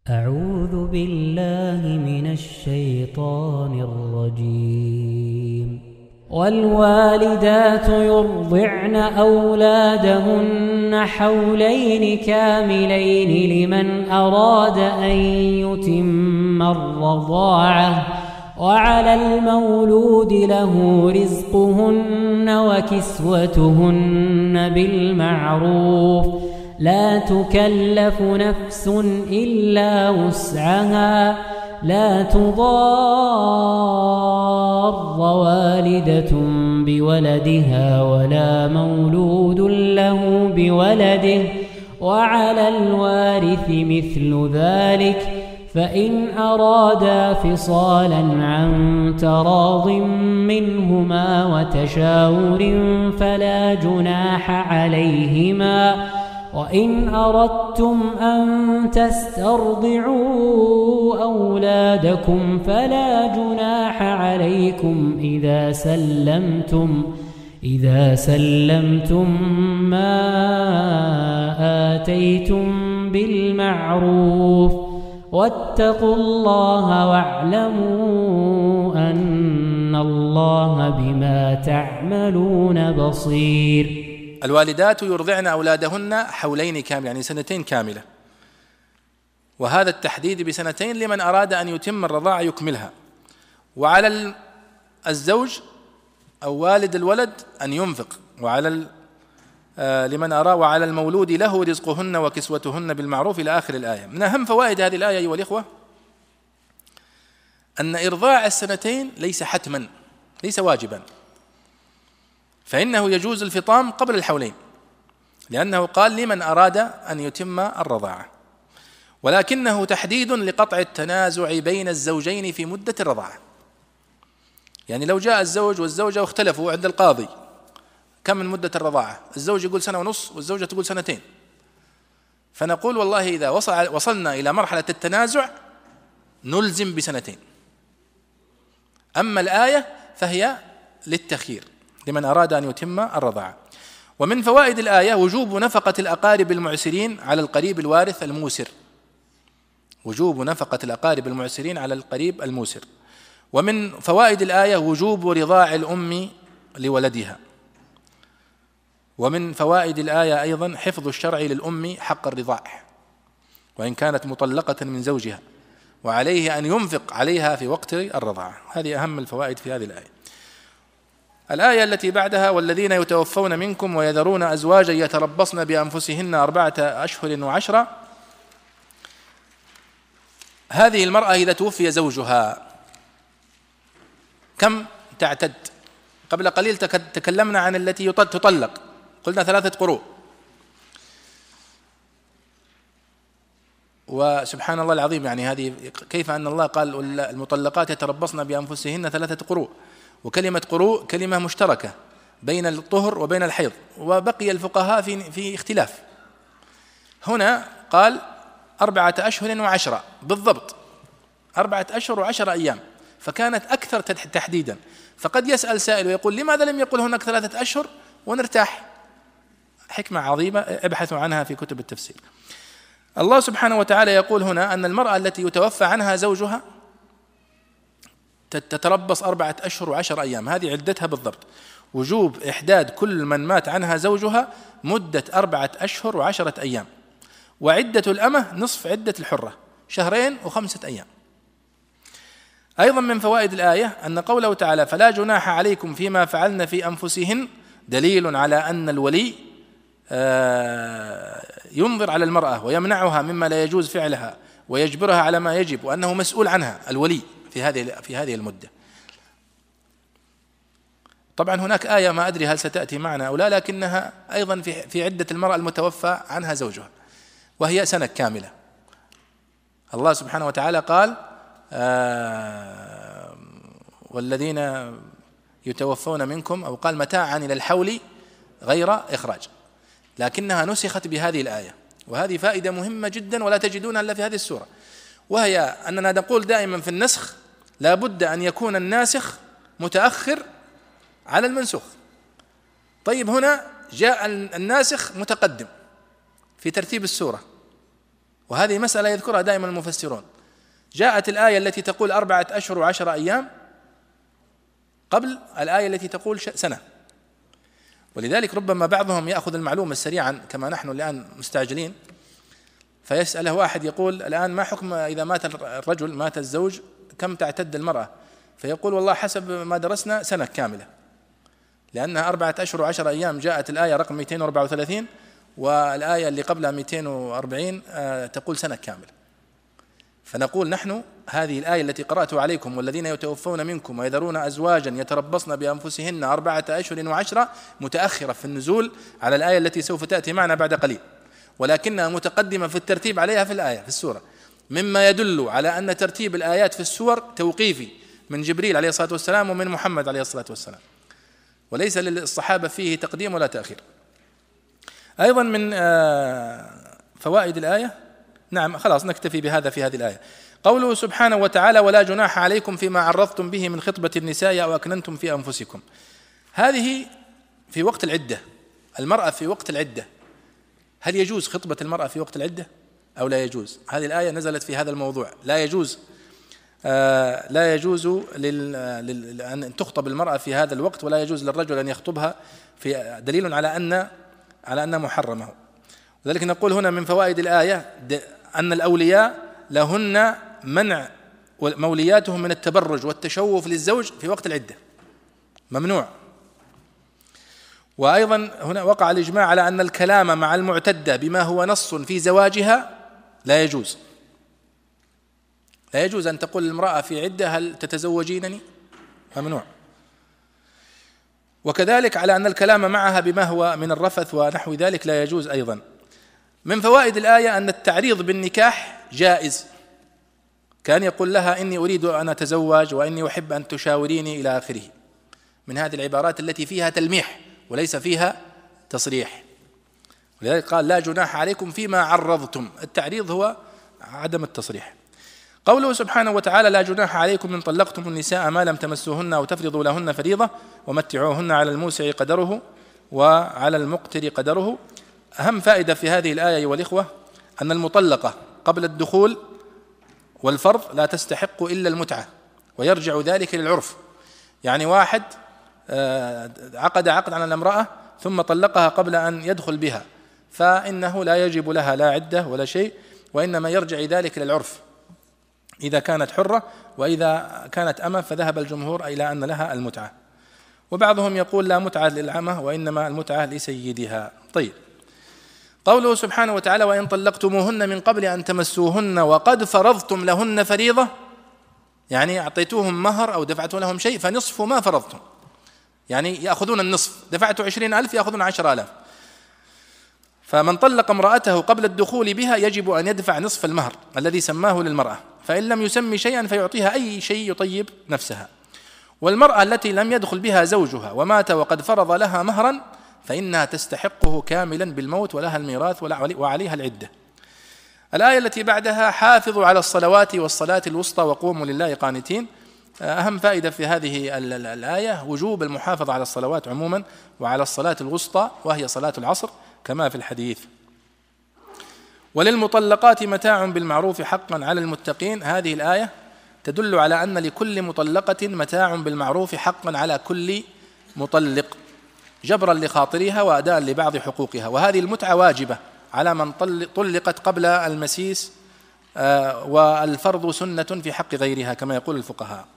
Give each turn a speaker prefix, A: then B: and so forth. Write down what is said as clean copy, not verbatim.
A: أعوذ بالله من الشيطان الرجيم. والوالدات يرضعن أولادهن حولين كاملين لمن أراد أن يتم الرضاعة، وعلى المولود له رزقهن وكسوتهن بالمعروف، لا تكلف نفس إلا وسعها، لا تضار والدة بولدها ولا مولود له بولده، وعلى الوارث مثل ذلك، فإن أرادا فصالا عن تراض منهما وتشاور فلا جناح عليهما. وإن أردتم أن تسترضعوا أولادكم فلا جناح عليكم إذا سلمتم ما آتيتم بالمعروف، واتقوا الله واعلموا أن الله بما تعملون بصير.
B: الوالدات يرضعن أولادهن حولين كامل، يعني سنتين كاملة، وهذا التحديد بسنتين لمن أراد أن يتم الرضاعة يكملها. وعلى الزوج أو والد الولد أن ينفق، وعلى المولود له رزقهن وكسوتهن بالمعروف إلى آخر الآية. من أهم فوائد هذه الآية أيها الإخوة أن إرضاع السنتين ليس حتما، ليس واجبا، فإنه يجوز الفطام قبل الحولين، لأنه قال لمن أراد أن يتم الرضاعة، ولكنه تحديد لقطع التنازع بين الزوجين في مدة الرضاعة. يعني لو جاء الزوج والزوجة واختلفوا عند القاضي كم من مدة الرضاعة، الزوج يقول 1.5 سنة والزوجة تقول 2 سنين، فنقول والله إذا وصلنا إلى مرحلة التنازع نلزم ب2 سنين. أما الآية فهي للتخيير لمن أراد أن يتم الرضاعة. ومن فوائد الآية وجوب نفقة الأقارب المعسرين على القريب الوارث الموسر، وجوب نفقة الأقارب المعسرين على القريب الموسر. ومن فوائد الآية وجوب رضاع الأم لولدها. ومن فوائد الآية أيضا حفظ الشرع للأم حق الرضاع وإن كانت مطلقة من زوجها، وعليه أن ينفق عليها في وقت الرضاعة. هذه أهم الفوائد في هذه الآية. الآية التي بعدها والذين يتوفون منكم ويذرون أزواجا يتربصن بأنفسهن 4 أشهر و10. هذه المرأة إذا توفي زوجها كم تعتد؟ قبل قليل تكلمنا عن التي تطلق، قلنا 3 قروء، وسبحان الله العظيم، يعني هذه كيف أن الله قال المطلقات يتربصن بأنفسهن 3 قروء، وكلمة قروء كلمة مشتركة بين الطهر وبين الحيض، وبقي الفقهاء في اختلاف. هنا قال 4 أشهر و10 بالضبط، 4 أشهر و10 أيام، فكانت أكثر تحديدا. فقد يسأل سائل ويقول لماذا لم يقل هناك 3 أشهر ونرتاح؟ حكمة عظيمة ابحثوا عنها في كتب التفسير. الله سبحانه وتعالى يقول هنا أن المرأة التي يتوفى عنها زوجها تتربص 4 أشهر و10 أيام، هذه عدتها بالضبط. وجوب إحداد كل من مات عنها زوجها مدة 4 أشهر و10 أيام، وعدة الأمة نصف عدة الحرة 2 و5 أيام. أيضا من فوائد الآية أن قوله تعالى فلا جناح عليكم فيما فعلن في أنفسهن دليل على أن الولي ينظر على المرأة ويمنعها مما لا يجوز فعلها ويجبرها على ما يجب، وأنه مسؤول عنها الولي في هذه المدة. طبعا هناك آية ما أدري هل ستأتي معنا أو لا، لكنها أيضا في عدة المرأة المتوفى عنها زوجها، وهي 1 سنة كاملة. الله سبحانه وتعالى قال والذين يتوفون منكم، أو قال متاعا إلى الحول غير إخراج، لكنها نسخت بهذه الآية، وهذه فائدة مهمة جدا ولا تجدونها إلا في هذه السورة، وهي أننا نقول دائما في النسخ لا بد أن يكون الناسخ متأخر على المنسوخ. طيب هنا جاء الناسخ متقدم في ترتيب السورة، وهذه مسألة يذكرها دائما المفسرون. جاءت الآية التي تقول 4 أشهر و10 أيام قبل الآية التي تقول سنة، ولذلك ربما بعضهم يأخذ المعلومة سريعا كما نحن الآن مستعجلين، فيسأله واحد يقول الآن ما حكم إذا مات الرجل، مات الزوج، كم تعتد المرأة؟ فيقول والله حسب ما درسنا سنة كاملة، لأنها 4 أشهر و10 أيام جاءت الآية رقم 234، والآية اللي قبلها 240 تقول سنة كاملة. فنقول نحن هذه الآية التي قرأتها عليكم والذين يتوفون منكم ويذرون أزواجا يتربصن بأنفسهن 4 أشهر و10 متأخرة في النزول على الآية التي سوف تأتي معنا بعد قليل، ولكنها متقدمة في الترتيب عليها في الآية في السورة، مما يدل على أن ترتيب الآيات في السور توقيفي من جبريل عليه الصلاة والسلام ومن محمد عليه الصلاة والسلام، وليس للصحابة فيه تقديم ولا تأخير. أيضا من فوائد الآية، نعم خلاص نكتفي بهذا في هذه الآية، قوله سبحانه وتعالى ولا جناح عليكم فيما عرضتم به من خطبة النساء أو أكننتم في أنفسكم. هذه في وقت العدة، المرأة في وقت العدة، هل يجوز خطبة المرأة في وقت العدة أو لا يجوز؟ هذه الآية نزلت في هذا الموضوع، لا يجوز أن تخطب المرأة في هذا الوقت، ولا يجوز للرجل أن يخطبها، في دليل على أن محرمه. ولذلك نقول هنا من فوائد الآية أن الأولياء لهن منع مولياتهم من التبرج والتشوف للزوج في وقت العدة، ممنوع. وأيضا هنا وقع الإجماع على أن الكلام مع المعتدة بما هو نص في زواجها لا يجوز. لا يجوز أن تقول المرأة في عدة هل تتزوجينني؟ ممنوع. وكذلك على أن الكلام معها بما هو من الرفث ونحو ذلك لا يجوز أيضا. من فوائد الآية أن التعريض بالنكاح جائز، كان يقول لها إني أريد أن أتزوج وإني أحب أن تشاوريني إلى آخره، من هذه العبارات التي فيها تلميح وليس فيها تصريح. ولذلك قال لا جناح عليكم فيما عرضتم، التعريض هو عدم التصريح. قوله سبحانه وتعالى لا جناح عليكم إن طلقتم النساء ما لم تمسوهن أو تفرضوا لهن فريضة ومتعوهن على الموسع قدره وعلى المقتر قدره. أهم فائدة في هذه الآية أيها الإخوة أن المطلقة قبل الدخول والفرض لا تستحق إلا المتعة، ويرجع ذلك للعرف. يعني واحد عقد على الامرأة ثم طلقها قبل أن يدخل بها، فإنه لا يجب لها لا عدة ولا شيء، وإنما يرجع ذلك للعرف إذا كانت حرة، وإذا كانت أمة فذهب الجمهور إلى أن لها المتعة، وبعضهم يقول لا متعة للعمة وإنما المتعة لسيدها. طيب، قوله سبحانه وتعالى وإن طلقتموهن من قبل أن تمسوهن وقد فرضتم لهن فريضة، يعني أعطيتوهم مهر أو دفعتوا لهم شيء فنصف ما فرضتم، يعني يأخذون النصف، دفعتوا 20,000 يأخذون 10,000. فمن طلق امرأته قبل الدخول بها يجب أن يدفع نصف المهر الذي سماه للمرأة، فإن لم يسمي شيئا فيعطيها أي شيء يطيب نفسها. والمرأة التي لم يدخل بها زوجها ومات وقد فرض لها مهرا فإنها تستحقه كاملا بالموت ولها الميراث وعليها العدة. الآية التي بعدها حافظوا على الصلوات والصلاة الوسطى وقوموا لله قانتين. أهم فائدة في هذه الآية وجوب المحافظة على الصلوات عموما وعلى الصلاة الوسطى وهي صلاة العصر كما في الحديث. وللمطلقات متاع بالمعروف حقا على المتقين. هذه الآية تدل على أن لكل مطلقة متاع بالمعروف حقا على كل مطلق، جبرا لخاطرها وأداء لبعض حقوقها. وهذه المتعة واجبة على من طلقت قبل المسيس، والفرض سنة في حق غيرها كما يقول الفقهاء.